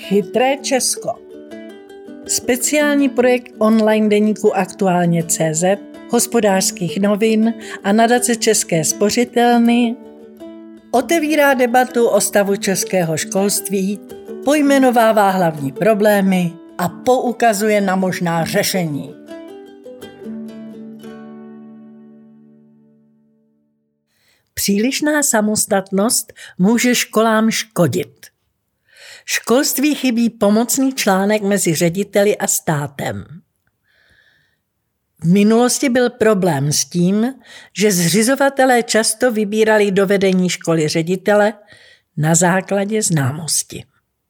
Chytré Česko. Speciální projekt online deníku Aktuálně.cz, Hospodářských novin a nadace České spořitelny otevírá debatu o stavu českého školství, pojmenovává hlavní problémy a poukazuje na možná řešení. Přílišná samostatnost může školám škodit. Školství chybí pomocný článek mezi řediteli a státem. V minulosti byl problém s tím, že zřizovatelé často vybírali do vedení školy ředitele na základě známosti.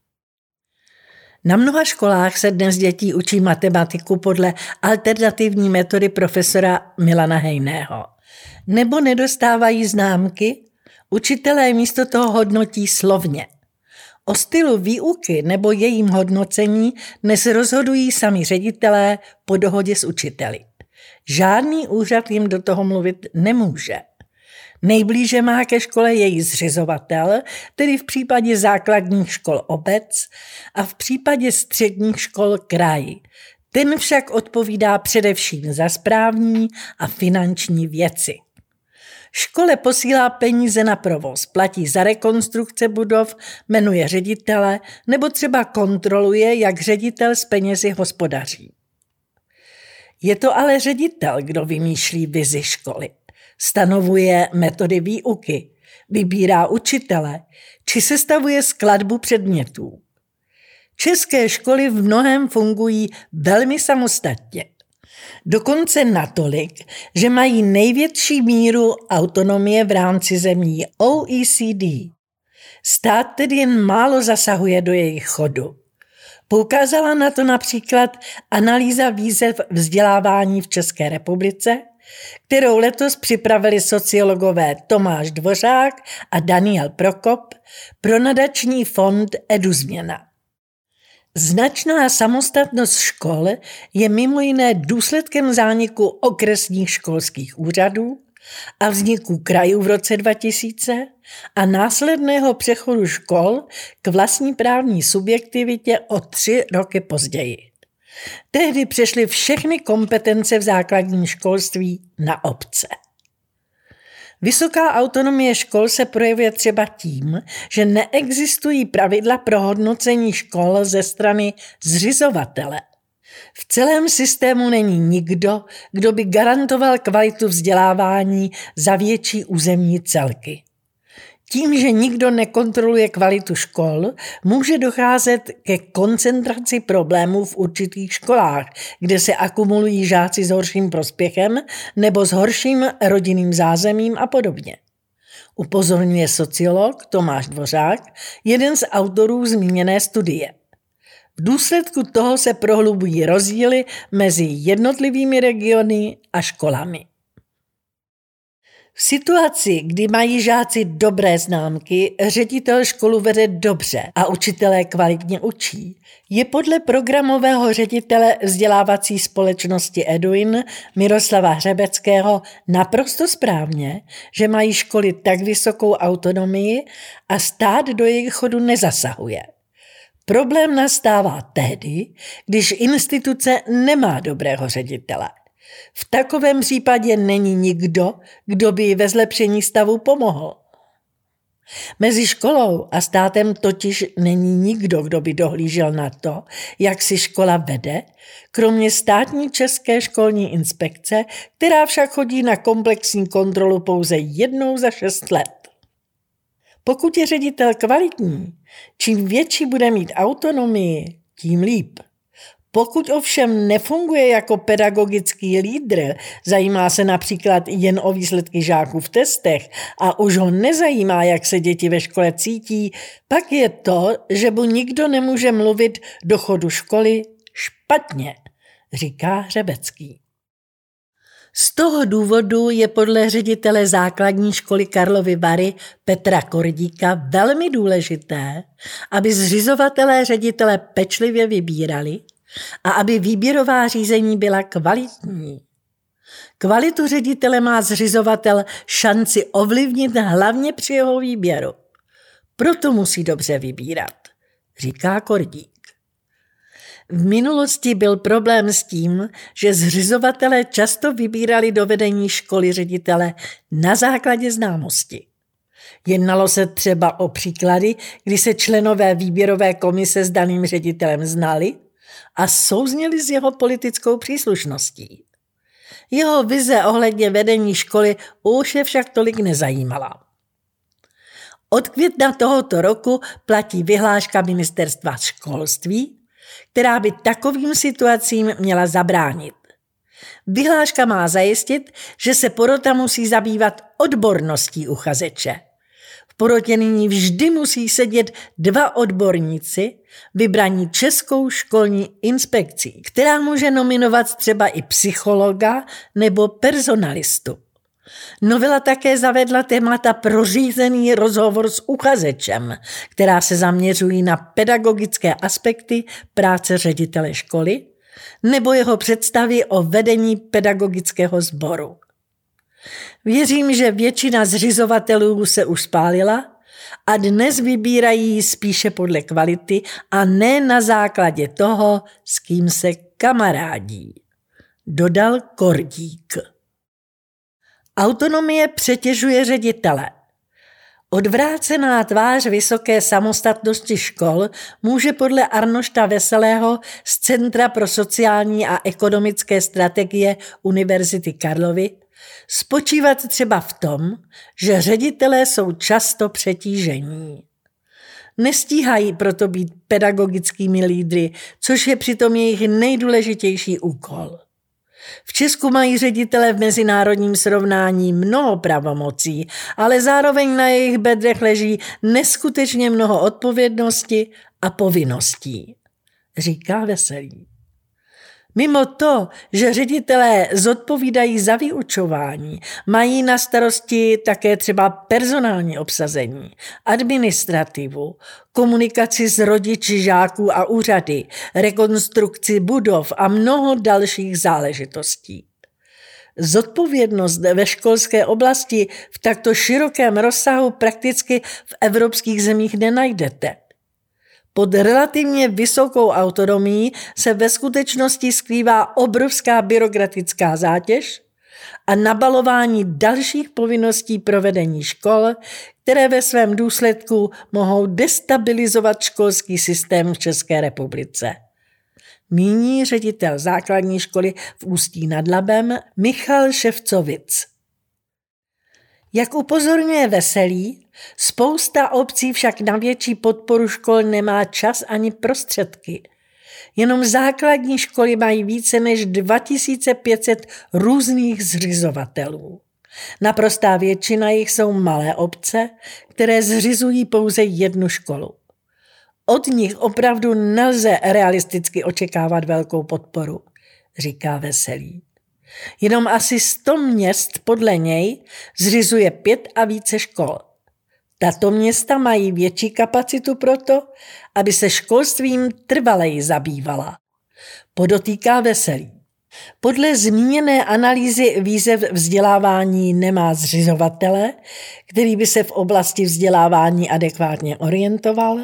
Na mnoha školách se dnes děti učí matematiku podle alternativní metody profesora Milana Hejného. Nebo nedostávají známky, učitelé místo toho hodnotí slovně. O stylu výuky nebo jejím hodnocení dnes rozhodují sami ředitelé po dohodě s učiteli. Žádný úřad jim do toho mluvit nemůže. Nejblíže má ke škole její zřizovatel, tedy v případě základních škol obec a v případě středních škol kraj. Ten však odpovídá především za správní a finanční věci. Škole posílá peníze na provoz, platí za rekonstrukce budov, jmenuje ředitele nebo třeba kontroluje, jak ředitel s penězi hospodaří. Je to ale ředitel, kdo vymýšlí vizi školy, stanovuje metody výuky, vybírá učitele či sestavuje skladbu předmětů. České školy v mnohém fungují velmi samostatně. Dokonce natolik, že mají největší míru autonomie v rámci zemí OECD. Stát tedy jen málo zasahuje do jejich chodu. Poukázala na to například analýza výzev vzdělávání v České republice, kterou letos připravili sociologové Tomáš Dvořák a Daniel Prokop pro nadační fond EduZměna. Značná samostatnost škol je mimo jiné důsledkem zániku okresních školských úřadů a vzniku krajů v roce 2000 a následného přechodu škol k vlastní právní subjektivitě o 3 roky později. Tehdy přešly všechny kompetence v základním školství na obce. Vysoká autonomie škol se projevuje třeba tím, že neexistují pravidla pro hodnocení škol ze strany zřizovatele. V celém systému není nikdo, kdo by garantoval kvalitu vzdělávání za větší územní celky. Tím, že nikdo nekontroluje kvalitu škol, může docházet ke koncentraci problémů v určitých školách, kde se akumulují žáci s horším prospěchem nebo s horším rodinným zázemím a podobně. Upozorňuje sociolog Tomáš Dvořák, jeden z autorů zmíněné studie. V důsledku toho se prohlubují rozdíly mezi jednotlivými regiony a školami. V situaci, kdy mají žáci dobré známky, ředitel školu vede dobře a učitelé kvalitně učí, je podle programového ředitele vzdělávací společnosti Eduin Miroslava Hřebeckého naprosto správně, že mají školy tak vysokou autonomii a stát do jejich chodu nezasahuje. Problém nastává tehdy, když instituce nemá dobrého ředitele. V takovém případě není nikdo, kdo by ve zlepšení stavu pomohl. Mezi školou a státem totiž není nikdo, kdo by dohlížel na to, jak si škola vede, kromě státní České školní inspekce, která však chodí na komplexní kontrolu pouze jednou za 6 let. Pokud je ředitel kvalitní, čím větší bude mít autonomii, tím líp. Pokud ovšem nefunguje jako pedagogický lídr, zajímá se například jen o výsledky žáků v testech a už ho nezajímá, jak se děti ve škole cítí, pak je to, že mu nikdo nemůže mluvit do chodu školy špatně, říká Hřebecký. Z toho důvodu je podle ředitele základní školy Karlovy Vary Petra Kordíka velmi důležité, aby zřizovatelé ředitele pečlivě vybírali a aby výběrová řízení byla kvalitní. Kvalitu ředitele má zřizovatel šanci ovlivnit hlavně při jeho výběru. Proto musí dobře vybírat. říká Kordík. V minulosti byl problém s tím, že zřizovatelé často vybírali do vedení školy ředitele na základě známosti. Jednalo se třeba o příklady, kdy se členové výběrové komise s daným ředitelem znali a souzněli s jeho politickou příslušností. Jeho vize ohledně vedení školy už je však tolik nezajímala. Od května tohoto roku platí vyhláška Ministerstva školství, která by takovým situacím měla zabránit. Vyhláška má zajistit, že se porota musí zabývat odborností uchazeče. V porotě nyní vždy musí sedět 2 odborníci, vybraní Českou školní inspekcí, která může nominovat třeba i psychologa nebo personalistu. Novela také zavedla témata pro řízený rozhovor s uchazečem, která se zaměřují na pedagogické aspekty práce ředitele školy nebo jeho představy o vedení pedagogického sboru. Věřím, že většina zřizovatelů se už spálila a dnes vybírají spíše podle kvality a ne na základě toho, s kým se kamarádí, dodal Kordík. Autonomie přetěžuje ředitele. Odvrácená tvář vysoké samostatnosti škol může podle Arnošta Veselého z Centra pro sociální a ekonomické strategie Univerzity Karlovy spočívat třeba v tom, že ředitelé jsou často přetížení. Nestíhají proto být pedagogickými lídry, což je přitom jejich nejdůležitější úkol. V Česku mají ředitelé v mezinárodním srovnání mnoho pravomocí, ale zároveň na jejich bedrech leží neskutečně mnoho odpovědnosti a povinností, říká Veselý. Mimo to, že ředitelé zodpovídají za vyučování, mají na starosti také třeba personální obsazení, administrativu, komunikaci s rodiči žáků a úřady, rekonstrukci budov a mnoho dalších záležitostí. Zodpovědnost ve školské oblasti v takto širokém rozsahu prakticky v evropských zemích nenajdete. Pod relativně vysokou autonomií se ve skutečnosti skrývá obrovská byrokratická zátěž a nabalování dalších povinností pro vedení škol, které ve svém důsledku mohou destabilizovat školský systém v České republice. Míní ředitel základní školy v Ústí nad Labem Michal Ševcovic. Jak upozorňuje Veselý, spousta obcí však na větší podporu škol nemá čas ani prostředky. Jenom základní školy mají více než 2500 různých zřizovatelů. Naprostá většina jich jsou malé obce, které zřizují pouze jednu školu. Od nich opravdu nelze realisticky očekávat velkou podporu, říká Veselý. Jenom asi 100 měst podle něj zřizuje 5 a více škol. Tato města mají větší kapacitu proto, aby se školstvím trvaleji zabývala, podotýká Veselý. Podle zmíněné analýzy výzev vzdělávání nemá zřizovatele, který by se v oblasti vzdělávání adekvátně orientoval,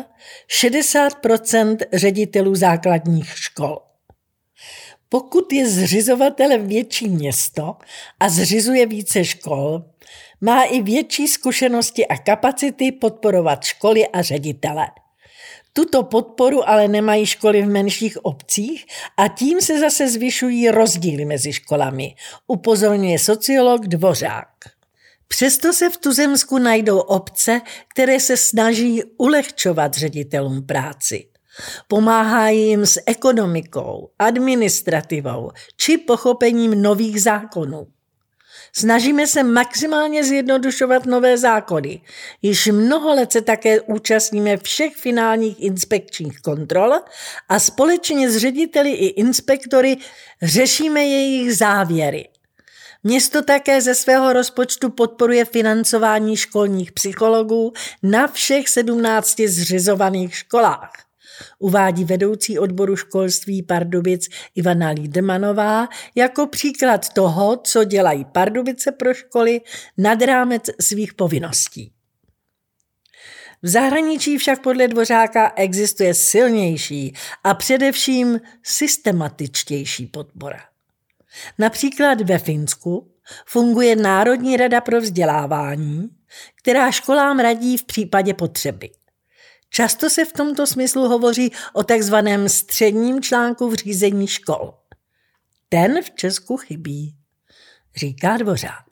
60% ředitelů základních škol. Pokud je zřizovatelem větší město a zřizuje více škol, má i větší zkušenosti a kapacity podporovat školy a ředitele. Tuto podporu ale nemají školy v menších obcích a tím se zase zvyšují rozdíly mezi školami, upozorňuje sociolog Dvořák. Přesto se v tuzemsku najdou obce, které se snaží ulehčovat ředitelům práci. Pomáhají jim s ekonomikou, administrativou či pochopením nových zákonů. Snažíme se maximálně zjednodušovat nové zákony. Již mnoho let se také účastníme všech finálních inspekčních kontrol a společně s řediteli i inspektory řešíme jejich závěry. Město také ze svého rozpočtu podporuje financování školních psychologů na všech 17 zřizovaných školách. Uvádí vedoucí odboru školství Pardubic Ivana Lídemanová jako příklad toho, co dělají Pardubice pro školy nad rámec svých povinností. V zahraničí však podle Dvořáka existuje silnější a především systematičtější podpora. Například ve Finsku funguje Národní rada pro vzdělávání, která školám radí v případě potřeby. Často se v tomto smyslu hovoří o takzvaném středním článku v řízení škol. Ten v Česku chybí, říká Dvořák.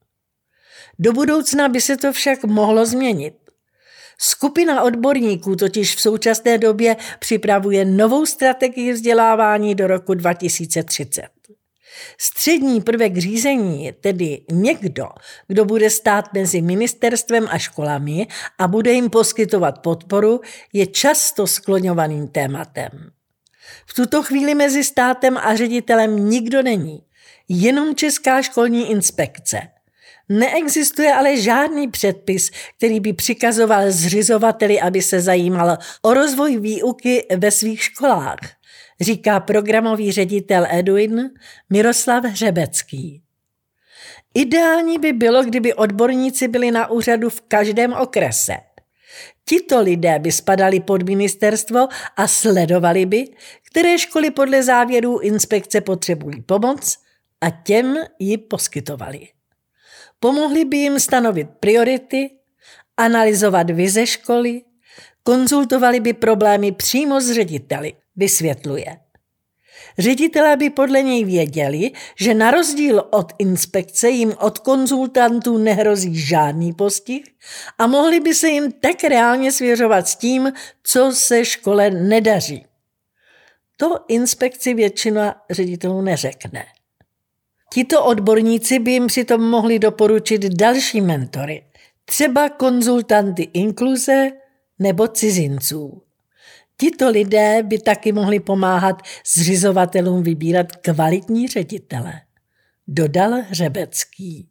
Do budoucna by se to však mohlo změnit. Skupina odborníků totiž v současné době připravuje novou strategii vzdělávání do roku 2030. Střední prvek řízení je tedy někdo, kdo bude stát mezi ministerstvem a školami a bude jim poskytovat podporu, je často skloňovaným tématem. V tuto chvíli mezi státem a ředitelem nikdo není, jenom Česká školní inspekce. Neexistuje ale žádný předpis, který by přikazoval zřizovateli, aby se zajímal o rozvoj výuky ve svých školách, říká programový ředitel Eduin Miroslav Hřebecký. Ideální by bylo, kdyby odborníci byli na úřadu v každém okrese. Tito lidé by spadali pod ministerstvo a sledovali by, které školy podle závěrů inspekce potřebují pomoc a těm ji poskytovali. Pomohli by jim stanovit priority, analyzovat vize školy, konzultovali by problémy přímo s řediteli, vysvětluje. Ředitelé by podle něj věděli, že na rozdíl od inspekce jim od konzultantů nehrozí žádný postih a mohli by se jim tak reálně svěřovat s tím, co se škole nedaří. To inspekci většina ředitelů neřekne. Tito odborníci by jim přitom mohli doporučit další mentory, třeba konzultanty inkluze nebo cizinců. Tito lidé by taky mohli pomáhat zřizovatelům vybírat kvalitní ředitele, dodal Hřebecký.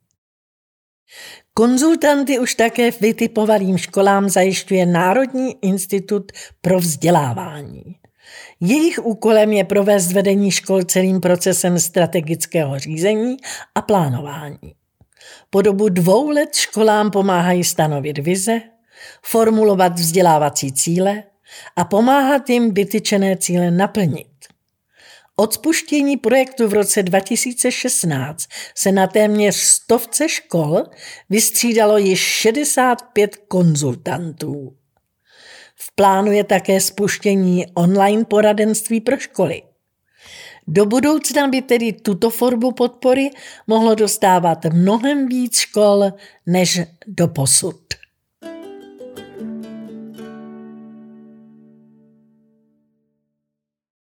Konzultanty už také vytipovaným školám zajišťuje Národní institut pro vzdělávání. Jejich úkolem je provést vedení škol celým procesem strategického řízení a plánování. Po dobu 2 let školám pomáhají stanovit vize, formulovat vzdělávací cíle a pomáhat jim vytyčené cíle naplnit. Od spuštění projektu v roce 2016 se na téměř 100 škol vystřídalo již 65 konzultantů. V plánu je také spuštění online poradenství pro školy. Do budoucna by tedy tuto formu podpory mohlo dostávat mnohem víc škol než doposud.